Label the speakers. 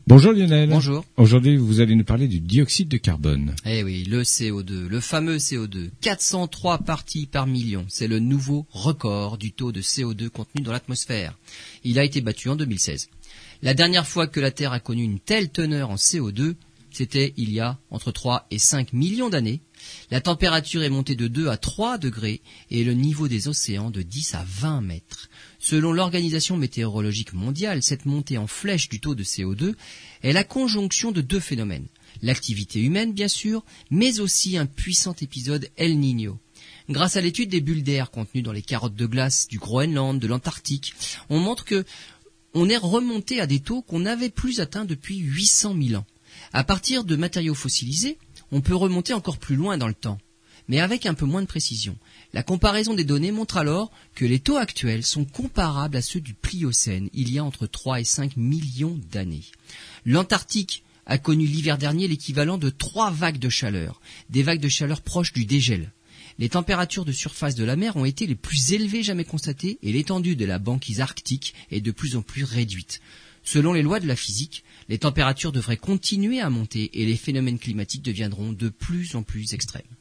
Speaker 1: Bonjour Lionel.
Speaker 2: Bonjour.
Speaker 1: Aujourd'hui, vous allez nous parler du dioxyde de carbone.
Speaker 2: Eh oui, le CO2, le fameux CO2, 403 parties par million. C'est le nouveau record du taux de CO2 contenu dans l'atmosphère. Il a été battu en 2016. La dernière fois que la Terre a connu une telle teneur en CO2, c'était il y a entre 3 et 5 millions d'années. La température est montée de 2 à 3 degrés et le niveau des océans de 10 à 20 mètres. Selon l'Organisation météorologique mondiale, cette montée en flèche du taux de CO2 est la conjonction de deux phénomènes. L'activité humaine, bien sûr, mais aussi un puissant épisode El Niño. Grâce à l'étude des bulles d'air contenues dans les carottes de glace du Groenland, de l'Antarctique, on montre que on est remonté à des taux qu'on n'avait plus atteints depuis 800 000 ans. À partir de matériaux fossilisés, on peut remonter encore plus loin dans le temps, mais avec un peu moins de précision. La comparaison des données montre alors que les taux actuels sont comparables à ceux du Pliocène, il y a entre 3 et 5 millions d'années. L'Antarctique a connu l'hiver dernier l'équivalent de 3 vagues de chaleur, des vagues de chaleur proches du dégel. Les températures de surface de la mer ont été les plus élevées jamais constatées et l'étendue de la banquise arctique est de plus en plus réduite. Selon les lois de la physique, les températures devraient continuer à monter et les phénomènes climatiques deviendront de plus en plus extrêmes.